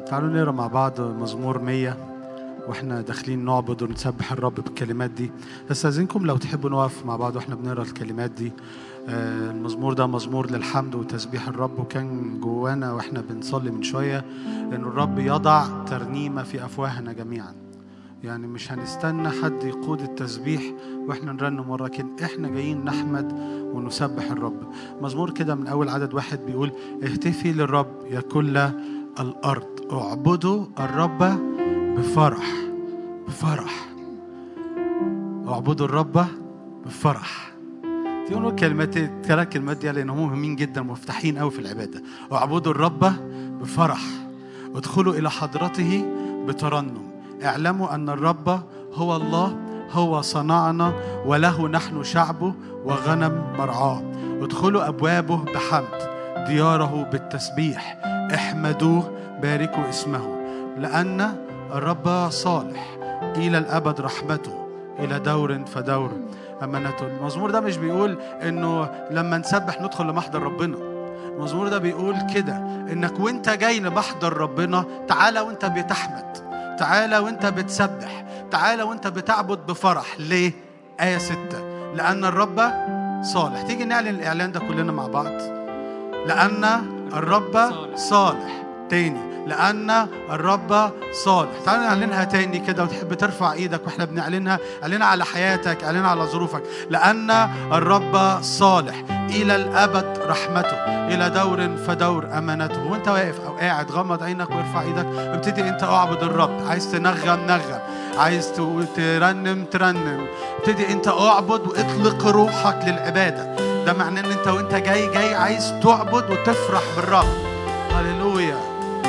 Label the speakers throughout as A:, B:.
A: تعالوا نقرا مع بعض مزمور 100 واحنا داخلين نعبد ونسبح الرب بالكلمات دي. استاذنكم لو تحبوا نقف مع بعض واحنا بنقرا الكلمات دي. المزمور ده مزمور للحمد وتسبيح الرب، وكان جوانا واحنا بنصلي من شويه ان الرب يضع ترنيمه في افواهنا جميعا. يعني مش هنستنى حد يقود التسبيح واحنا نرنم ورا، لكن احنا جايين نحمد ونسبح الرب. مزمور كده من اول عدد 1 بيقول: اهتفي للرب يا كل الارض، اعبدوا الرب بفرح. بفرح اعبدوا الرب بفرح. تقولوا ثلاث كلمات دي لانهم مهمين جدا ومفتاحين قوي في العباده. اعبدوا الرب بفرح، ادخلوا الى حضرته بترنم، اعلموا ان الرب هو الله، هو صنعنا وله نحن شعبه وغنم مرعاه. ادخلوا ابوابه بحمد، دياره بالتسبيح، احمدوه، باركوا اسمه، لان الرب صالح، الى الابد رحمته، الى دور فدور امانته. المزمور ده مش بيقول انه لما نسبح ندخل لمحضر ربنا. المزمور ده بيقول كده انك وانت جاي لمحضر ربنا، تعالى وانت بتحمد، تعالى وانت بتسبح، تعالى وانت بتعبد بفرح. ليه؟ آية 6: لأن الرب صالح. تيجي نعلن الإعلان ده كلنا مع بعض. لأن الرب صالح. تاني: لأن الرب صالح. تعالوا نعلنها تاني كده، وتحب ترفع ايدك واحنا بنعلنها. اعلنها على حياتك، اعلنها على ظروفك. لأن الرب صالح، إلى الأبد رحمته، إلى دور فدور أمانته. وانت واقف أو قاعد غمض عينك وارفع ايدك. ابتدي انت اعبد الرب. عايز تنغم نغم، عايز ترنم ترنم. ابتدي انت اعبد واطلق روحك للعبادة. ده معناه ان انت وانت جاي عايز تعبد وتفرح بالرب. هللويا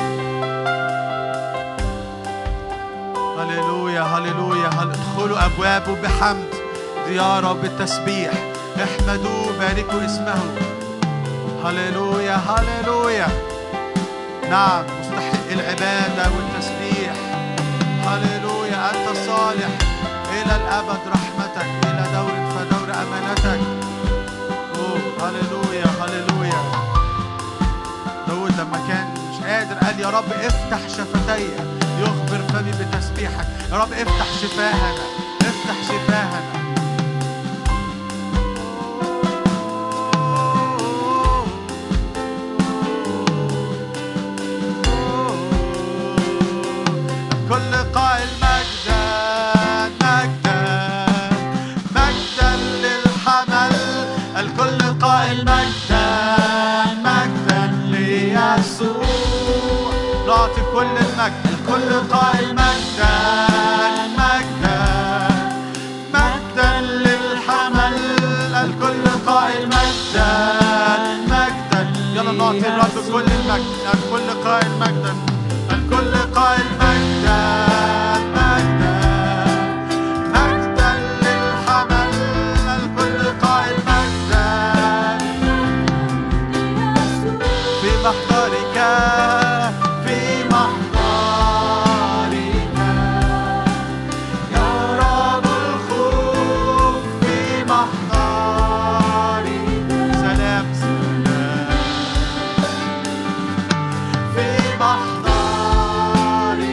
A: هللويا هللويا. ادخلوا أبوابه بحمد، دياره بالتسبيح، احمدوه، باركوا اسمه. هللويا هللويا. نعم، مستحق العبادة والتسبيح. هللويا. أنت صالح، إلى الأبد رحمتك، إلى دور فدور أمانتك. هللويا هللويا. داود لما كان مش قادر قال: يا رب افتح شفتي يخبر فمي بتسبيحك. يا رب افتح شفاهنا، افتح شفاهنا. كل قائل مجدا مجدا مجدا للحمل. الكل قائل مجدا مجدا ليسوع. نعطي كل المجد. الكل قائل مجدا مجدا مجدا للحمل. الكل قائل مجدا مجدا. يلا نعطي الرب كل المجد. الكل قائل مجدا. الكل قائل مجدا مجدا مجدا للحمل. الكل قائل مجدا في محضرك، في محضرك يا رب الخوف، في محضرك سلام سلام، في محضرك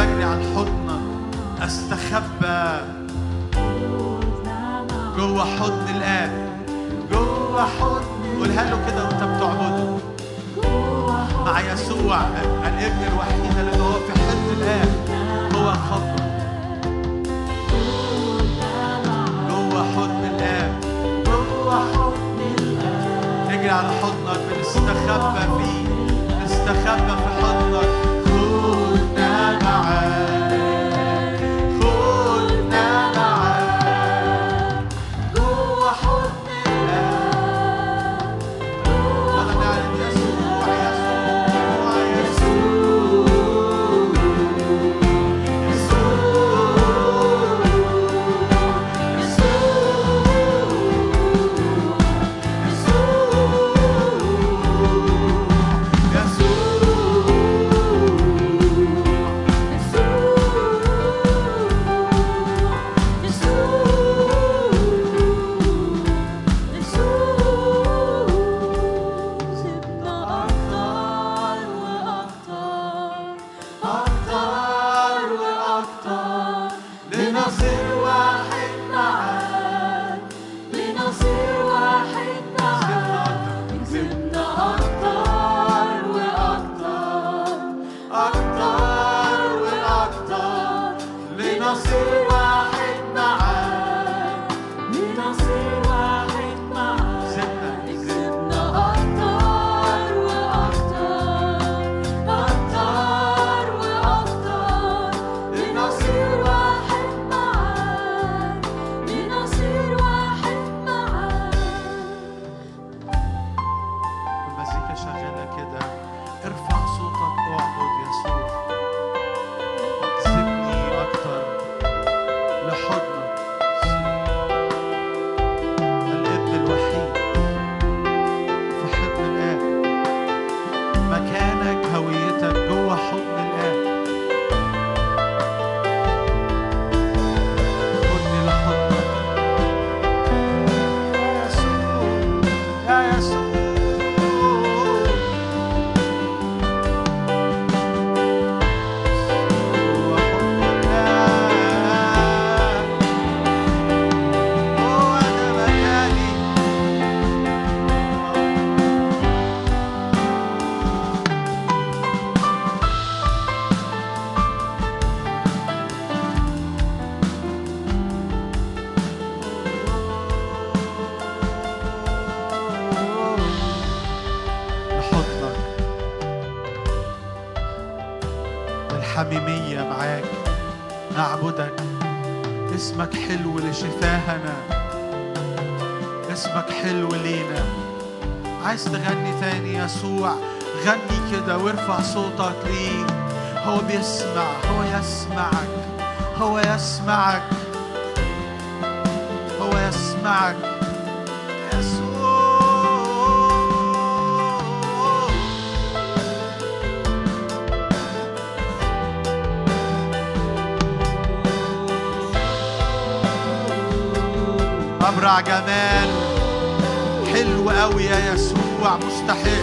A: أجري عن حضنك، أستخبى جوه حضن الآب، جوه حضن. قولها له كده وأنت بتعبده مع يسوع الابن الوحيد اللي هو في حضن الآب. هو خبر جوه حضن الآب، جوه حضن الآب. نجري على حضنك، بنستخبى فيه، نستخبى في حضنك. خدنا معاك، خدنا معاك جوه حضن الآب. يلا نعلن يسوع يسوع يسوع حميمية معاك، نعبدك. اسمك حلو لشفاهنا، اسمك حلو لينا. عايز تغني تاني يسوع، غني كده وارفع صوتك ليه. هو بيسمع، هو يسمعك، هو يسمعك، هو يسمعك. أبرع جمال، حلو قوي يا يسوع، مستحق.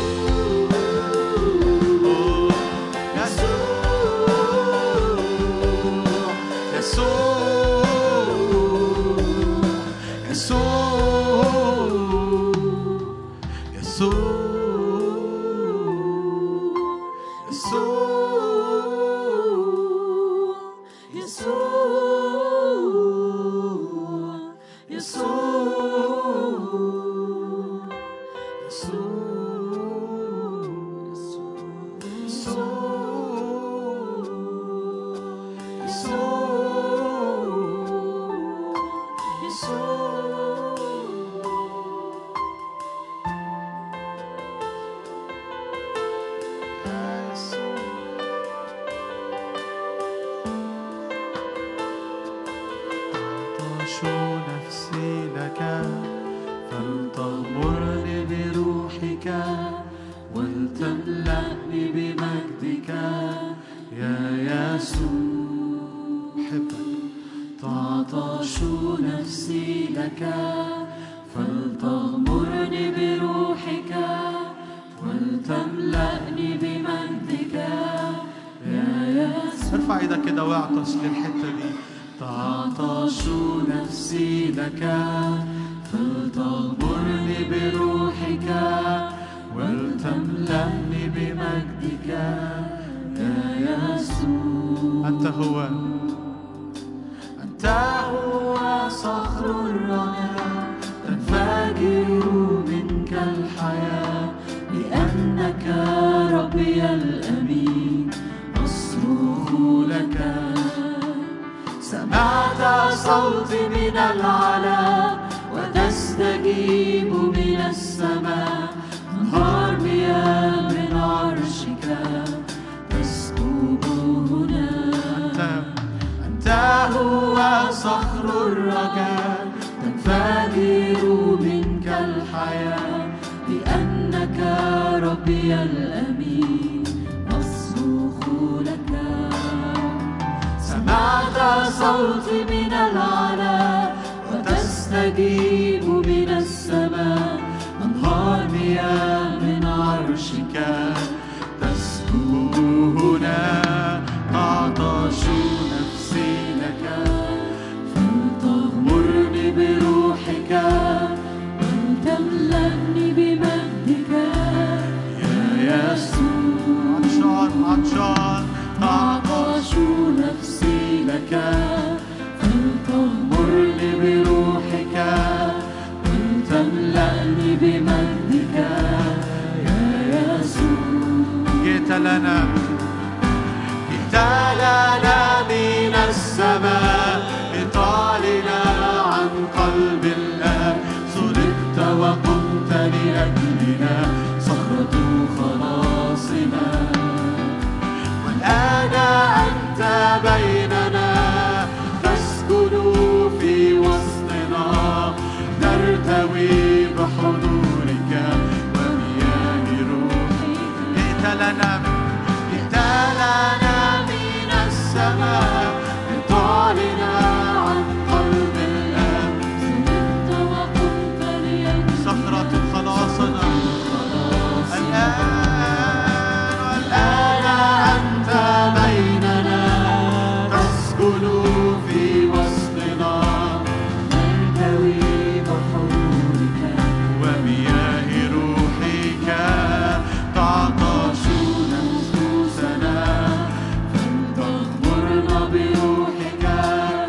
A: ارفع ايدك كده واعطش للحتة دي. تعطش نفسي لك فلتغمرني بروحك ولتملأني بمجدك يا يسوع. أنت هو صخر الرجاء تنفجر منك الحياة لأنك ربي الأمين أصرخ لك. سمعت صوتي من العلا وتستجيب من السماء أنهار مياه من عرشك تسكب هنا. أنت هو صخر الرجاء تنفجر منك الحياة لأنك ربي الأمين أصرخ لك. سمعت صوتي من العلا وتستجيب من السماء أنهار مياه من عرشك تسكب هنا. تعطش نفسي لك فلتغمرني بروحك ولتملأني بمجدك يا يسوع. عطشان تعطش نفسي لك فلتغمرني بروحك ولتملأني بمجدك يا يسوع. جئت لنا من السماء لتعلن عن قلب الآب. صلبت وقمت لأجلنا صخرة خلاصنا. والآن أنت بيننا تسكن في وسطنا. نرتوي بحضورك ومياه روحك. جئت لنا من السماء لتعلن عن قلب الآب. صلبت وقمت لأجلنا صخرة خلاصنا. والآن أنت بيننا تسكن في وسطنا. نرتوي بحضورك ومياه روحك. تعطش نفوسنا فلتغمرنا بروحك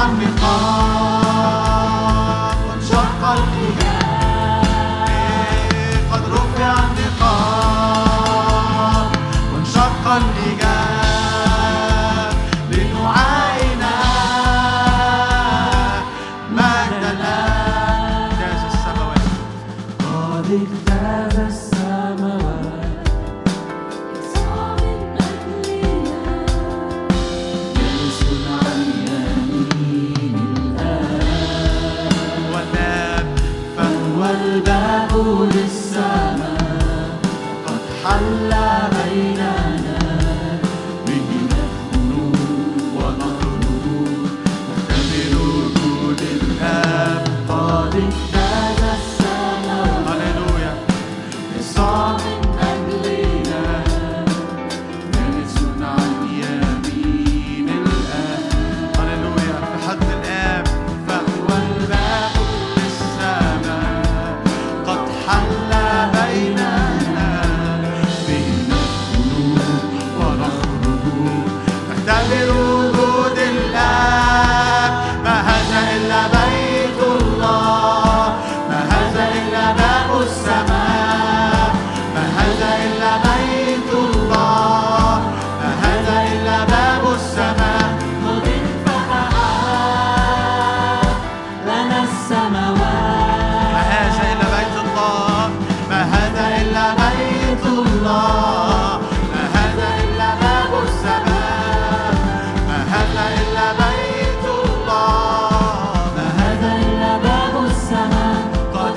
A: النقاب وانشق الحجاب، قد رفع النقاب وانشق الحجاب لنعاين مجد الآب. اجتاز السماوات، قد اجتاز السماوات يسعى من أجلنا، جالس عن يمين الآب والباب، فهو الباب للسماء قد حل بيننا، به ندخل ونخرج نختبر وجود الآب. قد اجتاز السماوات، هللويا، يسعى من أجلنا، جالس عن يمين الآب، هللويا، في حضن الآب، فهو الباب للسماء قد حل بيننا، به ندخل ونخرج نختبر وجود الآب. ما هذا إلا بيت الله، ما هذا إلا باب السماء، ما هذا إلا بيت الله، ما هذا إلا باب السماء. قد انفتحت لنا السماوات، ما هذا إلا بيت الله، ما هذا إلا بيت الله، ما هذا إلا باب السماء، ما هذا إلا بيت الله، ما هذا إلا باب السماء. قد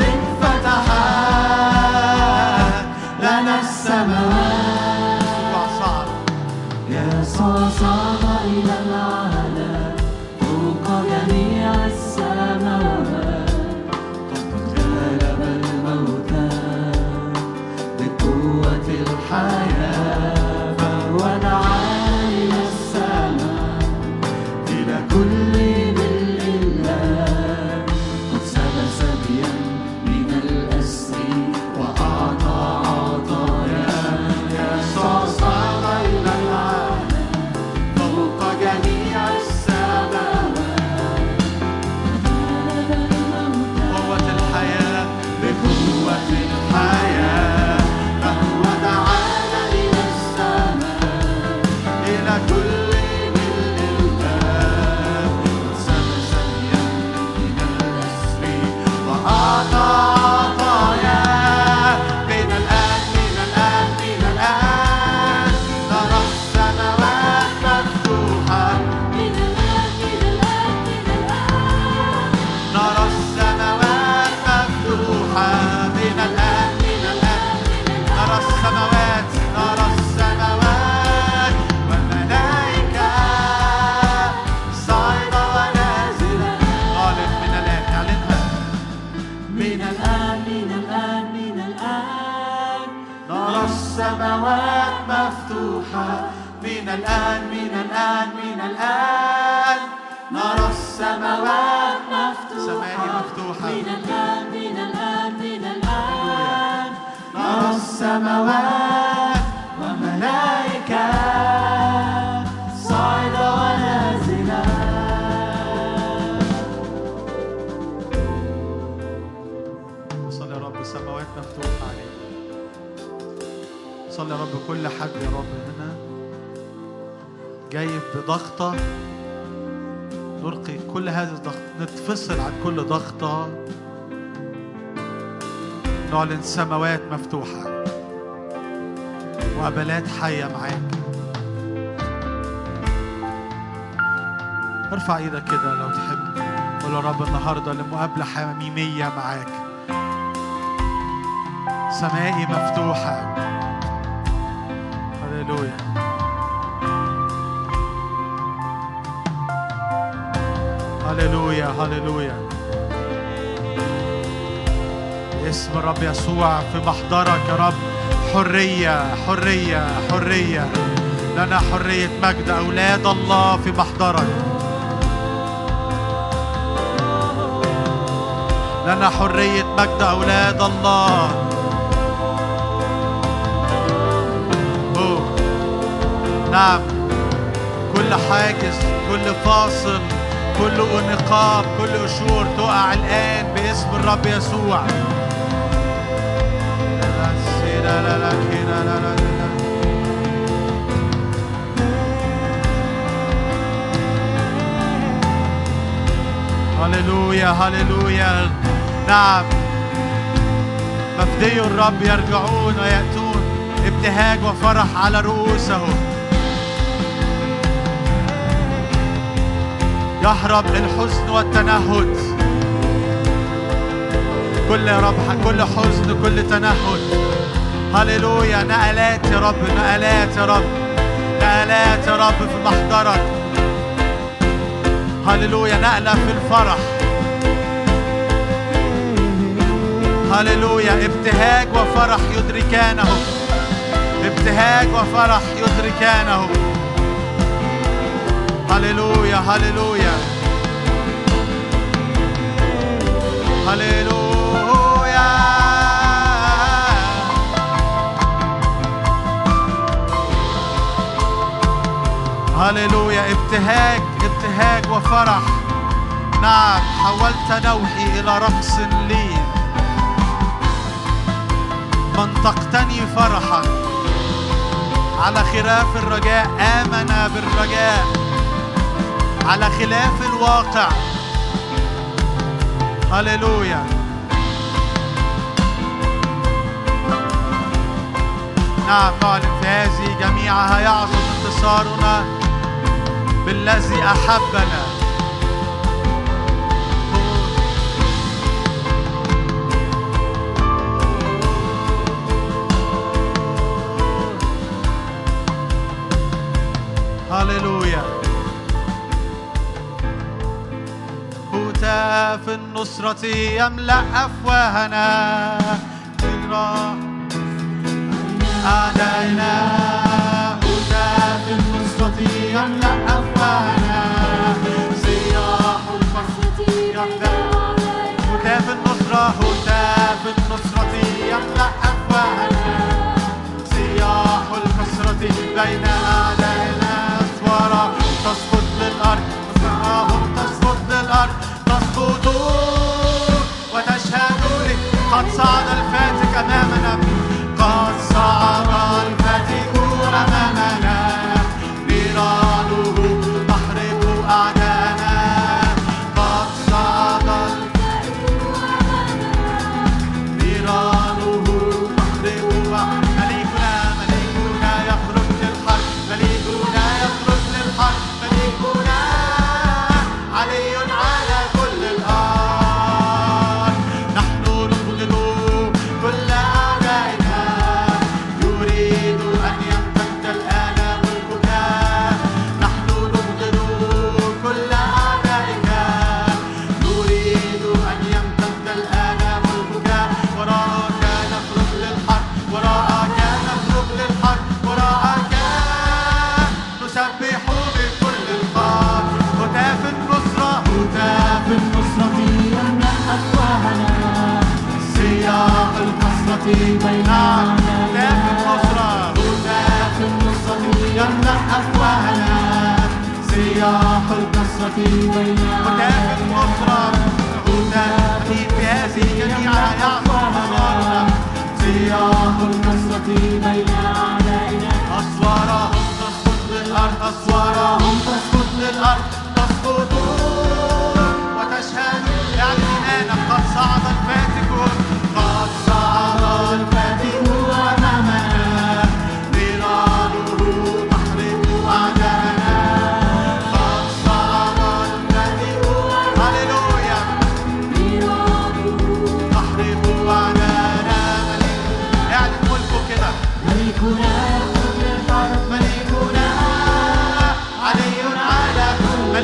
A: انفتحت لنا السماوات. يسوع صعد، يسوع صعد إلى العالم فوق جميع السماوات، قد غلب الموتى بقوة الحياة، فهو دعا إلى السماء إلى كل ملء الله، قد سبى سبيا من الأسر وأعطى عطايا. يسوع صعد إلى العالم فوق جميع السماوات، قوة الحياة بقوة الحياة، فهو دعانا إلى السماء إلى كل ملء الباب، سبى سبيا من الأسر وأعطى عطايا. من الآن من الآن من الآن نرى السماوات مفتوحة، من الآن من الآن من الآن نرى السماوات مفتوحة، من الآن من الآن نرى السماوات، نرى السماوات والملائكة صاعدة ونازلة. قالت من الآن، اعلنها، من الآن من الآن من الآن نرى السماوات مفتوحة، من الآن من الآن من الآن نرى السماوات مفتوحة، سمائي مفتوحة، من الآن من الآن من الآن نرى السماوات وملائكة صاعدة ونازلة. صلي يا رب السماوات مفتوحة علينا. صلي يا رب كل حد يا رب هنا جاي بضغطة، نلقي كل هذا الضغط، نتفصل عن كل ضغطة، نعلن سماوات مفتوحة وقبلات حية معاك. ارفع ايدك كده لو تحب، قول يا رب النهارده لمقابلة حميمية معاك، سمائي مفتوحة. هللويا. هللويا هللويا. اسم الرب يسوع في محضرك يا رب، حرية حرية حرية، لنا حرية مجد أولاد الله في محضرك، لنا حرية مجد أولاد الله. نعم، كل حاجز، كل فاصل كل نقاب كل قشور تقع الآن باسم الرب يسوع. هللويا هللويا. نعم، مفدي الرب يرجعون ويأتون، ابتهاج وفرح على رؤوسهم. يهرب الحزن والتنهد، كل ربح كل حزن كل تنهد. هللويا. نقلات يا رب، نقلات يا رب، نقلات يا رب في محضرك. هللويا. نقلة في الفرح. هللويا. ابتهاج وفرح يدركانه، ابتهاج وفرح يدركانه. هللويا هللويا هللويا. هللويا. ابتهاج ابتهاج وفرح. نعم، حولت نوحي إلى رقص لي، منطقتني فرحا. على خلاف الرجاء آمن بالرجاء، على خلاف الواقع. هللويا. نعم، نعلن في هذه جميعها يعظم انتصارنا بالذي أحبنا. هللويا. هتاف النصرة يملأ أفواهنا، أعدائنا. هتاف النصرة يملأ أفواهنا، سياح الفصل يملأ. هتاف النصرة، هتاف النصرة يملأ أفواهنا، سياح الكسرة بين أعدائنا. أسوارا تسقط للأرض، أسوارهم تسقط للأرض، تسقط وتشهد لي. قد صعد الفاتك أمامنا، قد صعد الفاتك أمامنا، نيرانه تحرق أعداءنا. قد صعد الفاتك أمامنا، نيرانه تحرق. مليكنا مليكنا يخرج للحرب، مليكنا يخرج للحرب، مليكنا علي على كل الأرض. نحن نبغض كل أعدائنا، يريد أن يمتد الآن ملكك. نحن نبغض كل أعدائك، يريد أن يمتد الآن ملكك. وراءك نخرج للحرب، وراءك نخرج للحرب، وراءك نسبح بكل القلب. هتاف النصرة، هتاف النصرة يملأ أفواهنا، سياح الكسرة بيننا. هتاف النصرة، هتاف النصرة يملأ أفواهنا، سياح الكسرة بيننا. هتاف النصرة، هتاف في هذه جميعها يعظم انتصارنا، سياح الكسرة بين أعدائنا. أسوارهم تسقط للأرض، أسوارهم تسقط للأرض، تسقط وتشهد. يعني الآن قد صعد الفاتك، قد صعد الفاتك أمامنا، نيرانه تحرق أعداءنا. قد صعد الفاتك، هللويا، نيرانه تحرق أعداءنا. اعلن ملكه كده. ملكنا يخرج للحرب، ملكنا علي على كل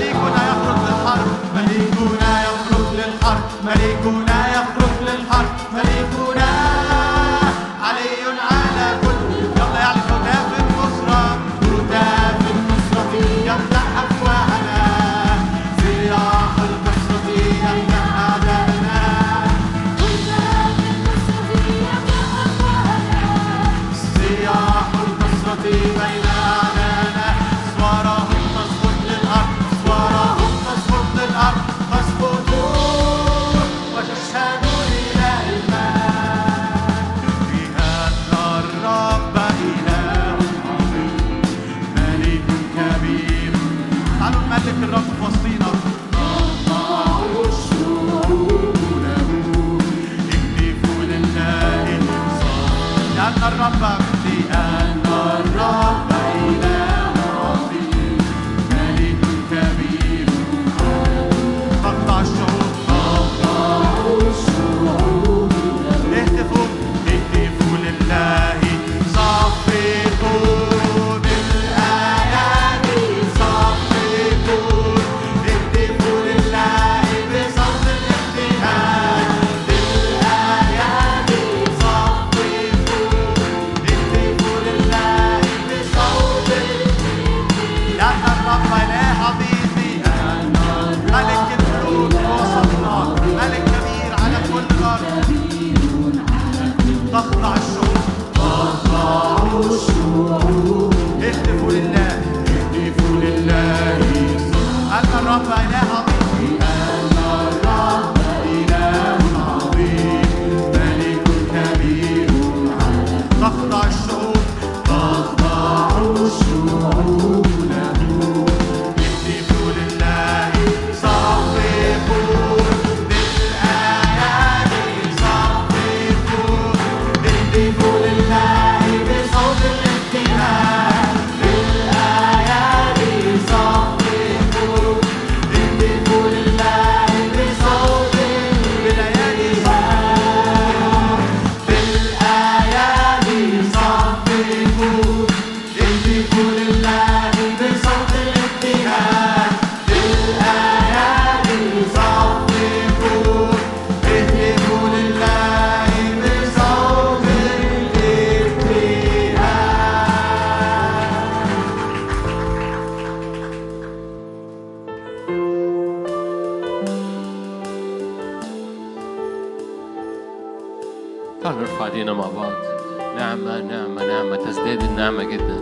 B: تعالوا نرفع ايدينا مع بعض. نعمة نعمة نعمة، تزداد النعمة جدا.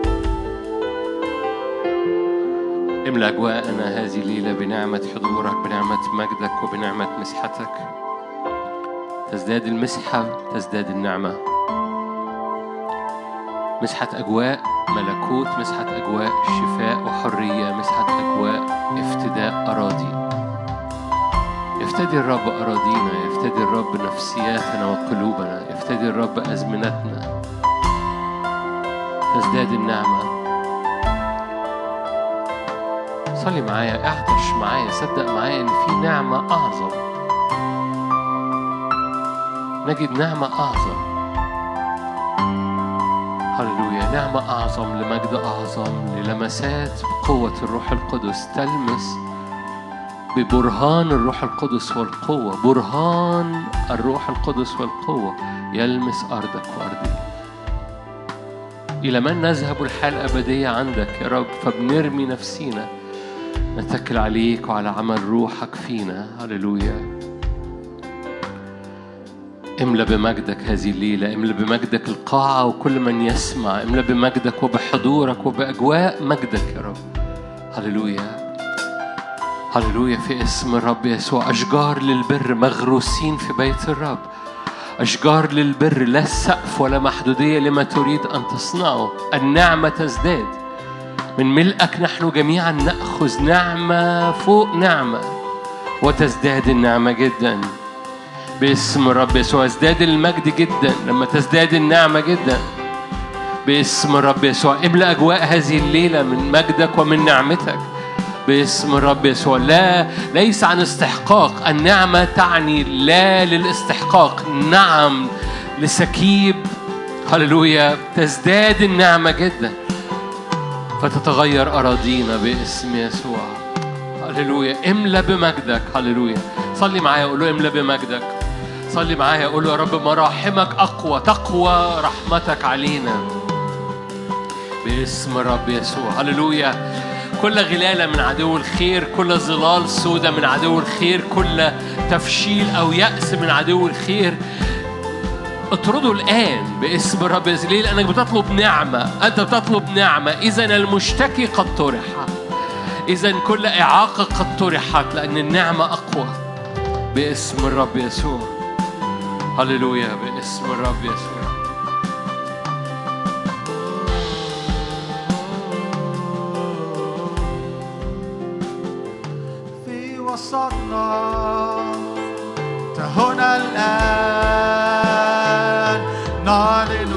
B: املأ أجواءنا هذه الليلة بنعمة حضورك، بنعمة مجدك وبنعمة مسحتك. تزداد المسحة، تزداد النعمة. مسحة أجواء ملكوت، مسحة أجواء شفاء وحرية، مسحة أجواء افتداء أراضي. يفتدي الرب أراضينا، يفتدي الرب نفسياتنا وقلوبنا، يفتدي الرب أزمنتنا. تزداد النعمة. صلي معايا، اعطش معايا، صدق معايا إن في نعمة أعظم. نجد نعمة أعظم. هللويا، نعمة أعظم لمجد أعظم، للمسات بقوة الروح القدس تلمس ببرهان الروح القدس والقوة. برهان الروح القدس والقوة يلمس أرضك وأرضي. إلى من نذهب الحياة الأبدية عندك يا رب؟ فبنرمي نفسينا، نتكل عليك وعلى عمل روحك فينا. هللويا. املأ بمجدك هذه الليلة، املأ بمجدك القاعة وكل من يسمع، املأ بمجدك وبحضورك وبأجواء مجدك يا رب. هللويا هللويا. في اسم الرب يسوع، أشجار للبر مغروسين في بيت الرب. أشجار للبر، لا سقف ولا محدودية لما تريد أن تصنعه. النعمة تزداد من ملئك، نحن جميعا نأخذ نعمة فوق نعمة، وتزداد النعمة جدا باسم الرب يسوع. ازداد المجد جدا لما تزداد النعمة جدا باسم الرب يسوع. املأ أجواء هذه الليلة من مجدك ومن نعمتك باسم الرب يسوع. ليس عن استحقاق، النعمة تعني لا للاستحقاق، نعم لسكيب. هللويا. تزداد النعمة جدا فتتغير أراضينا باسم يسوع. هللويا. املأ بمجدك. هللويا. صلي معايا، قول له املأ بمجدك. صلي معايا، قول له يا رب مراحمك أقوى، تقوى رحمتك علينا باسم الرب يسوع. هللويا. كل غلالة من عدو الخير، كل ظلال سودة من عدو الخير، كل تفشيل أو يأس من عدو الخير اطرده الآن باسم الرب يسوع. ليه؟ لأنك بتطلب نعمة، أنت بتطلب نعمة. إذن المشتكي قد طرح، إذن كل إعاقة قد طرحت، لأن النعمة أقوى باسم الرب يسوع. هللويا. باسم الرب يسوع.
A: في وسطنا هنا الآن نعلن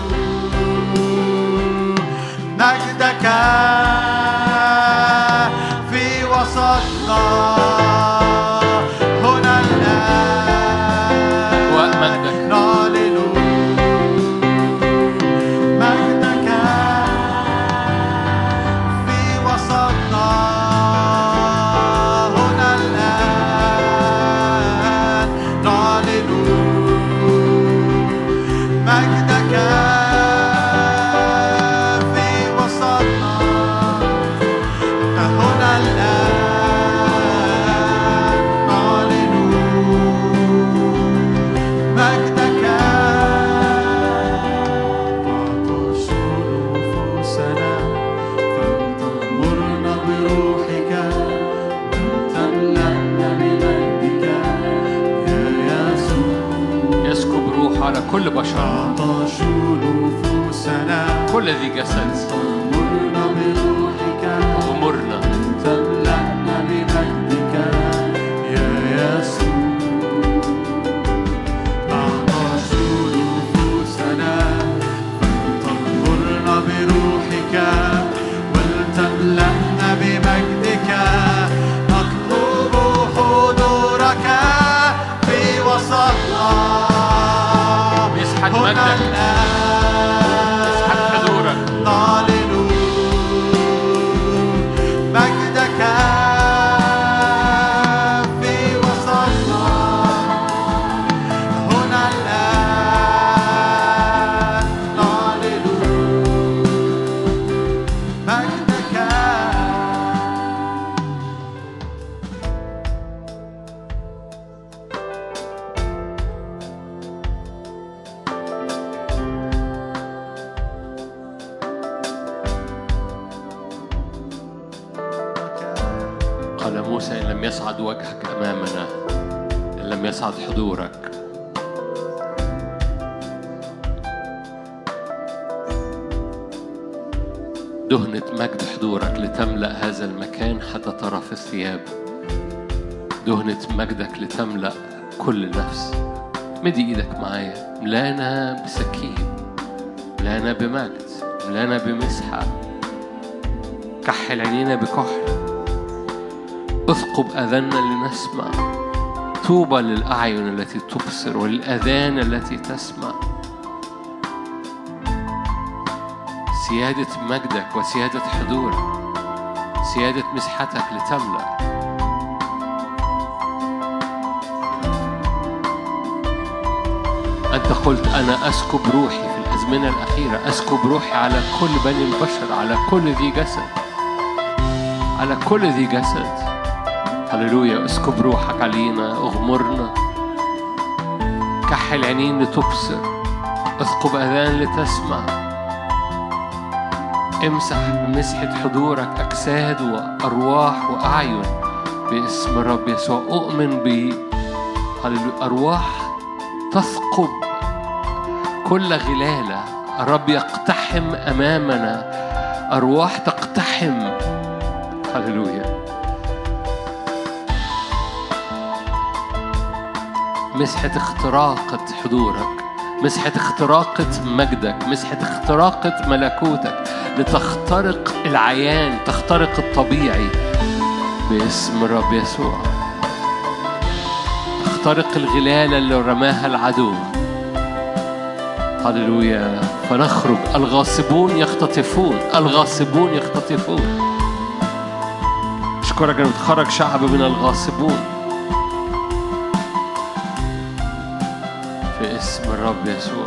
A: مجدك في وسطنا هنا الآن
B: ومجدك
A: نعلن مجدك في وسطنا هنا الآن نعلن مجدك في وسطنا هنا الآن نعلن مجدك. تعطش نفوسنا فلتغمرنا بروحك وتملأنا بمجدك يا يسوع.
B: يسكب روح على كل بشر،
A: تعطش نفوسنا
B: كل ذي جسد.
A: تغمرنا بروحك
B: غمرنا
A: تملأنا بمجدك يا يسوع. تعطش نفوسنا فلتغمرنا بروحك ولتملأنا بمجدك. نطلب حضورك في وسطنا
B: مسحة
A: هنا
B: مجدك،
A: الآن
B: مسحة حضورك.
A: نعلن مجدك في وسطنا هنا الآن نعلن مجدك.
B: موسى إن لم يصعد وجهك أمامنا، إن لم يصعد حضورك. دهنة مجد حضورك لتملأ هذا المكان حتى ترى في الثياب. دهنة مجدك لتملأ كل نفس. مدي إيدك معايا. ملانا بسكين، ملانا بمجد، ملانا بمسحة. كحل عينينا بكحل، اثقب أذاننا لنسمع. طوبى للأعين التي تبصر وللأذان التي تسمع. سيادة مجدك وسيادة حضورك، سيادة مسحتك لتملأ. أنت قلت أنا أسكب روحي في الأزمنة الأخيرة، أسكب روحي على كل بني البشر، على كل ذي جسد، على كل ذي جسد. هللويا. اسكب روحك علينا، اغمرنا. كحل عينين لتبصر، اثقب أذان لتسمع. امسح بمسحة حضورك أجساد وأرواح وأعين باسم الرب يسوع. أؤمن أرواح تثقب كل غلالة. الرب يقتحم أمامنا، أرواح تقتحم. هللويا. مسحة اختراقة حضورك، مسحة اختراقة مجدك، مسحة اختراقة ملكوتك لتخترق العيان، تخترق الطبيعي باسم الرب يسوع. تخترق الغلالة اللي رماها العدو. هللويا. فنخرج. الغاصبون يختطفون، الغاصبون يختطفون. أشكرك أن بتخرج شعب من الغاصبون في اسم الرب يسوع.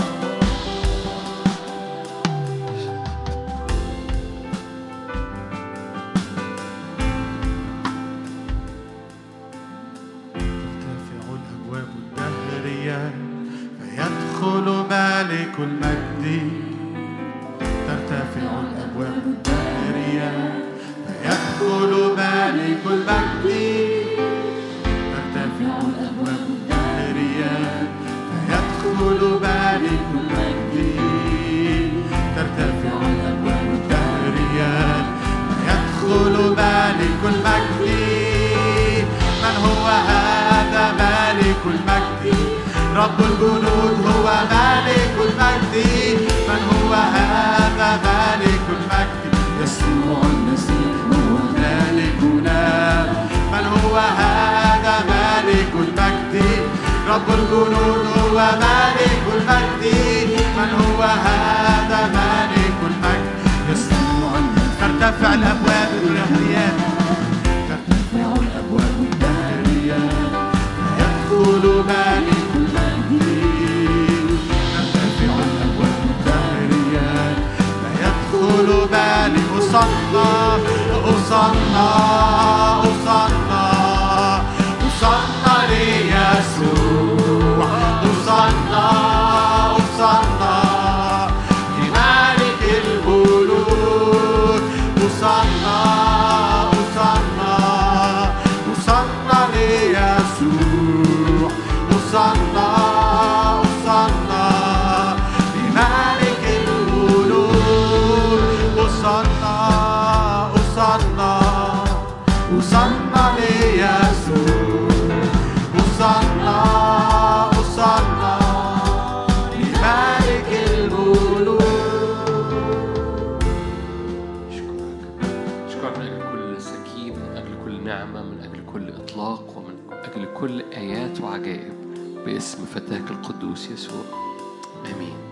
A: ترتفع الأبواب الدهرية فيدخل مالك المجد. ترتفع الأبواب الدهرية فيدخل مالك المجد. ترتفع الأبواب الدهرية فيدخل مالك المجد. ترتفع الأبواب الدهرية فيدخل مالك المجد. من هو هذا مالك المجد؟ رب الجنود هو مالك المجد. من هو هذا مالك المجد؟ يسوع المسيح هو مالكنا. من هو هذا مالك المجد؟ رب الجنود هو مالك المجد. من هو هذا مالك المجد؟ يسوع المسيح. ترتفع الأبواب الدهرية، ترتفع الأبواب الدهرية فيدخل مالك المجد. ترتفع الأبواب الدهرية فيدخل مالك. أصلى أصلى أصلى أصلى ليسوع. أصلى أصلى لمالك الملوك. أصلى أصلى أصلى ليسوع. أصلى أصلى لمالك الملوك. أصلى أصلى أصلى ليسوع. أصلى أصلى لمالك الملوك.
B: أشكرك من أجل كل سكيب، من أجل كل نعمة، من أجل كل إطلاق، ومن أجل كل آيات وعجائب باسم فتاك القدوس يسوع. آمين.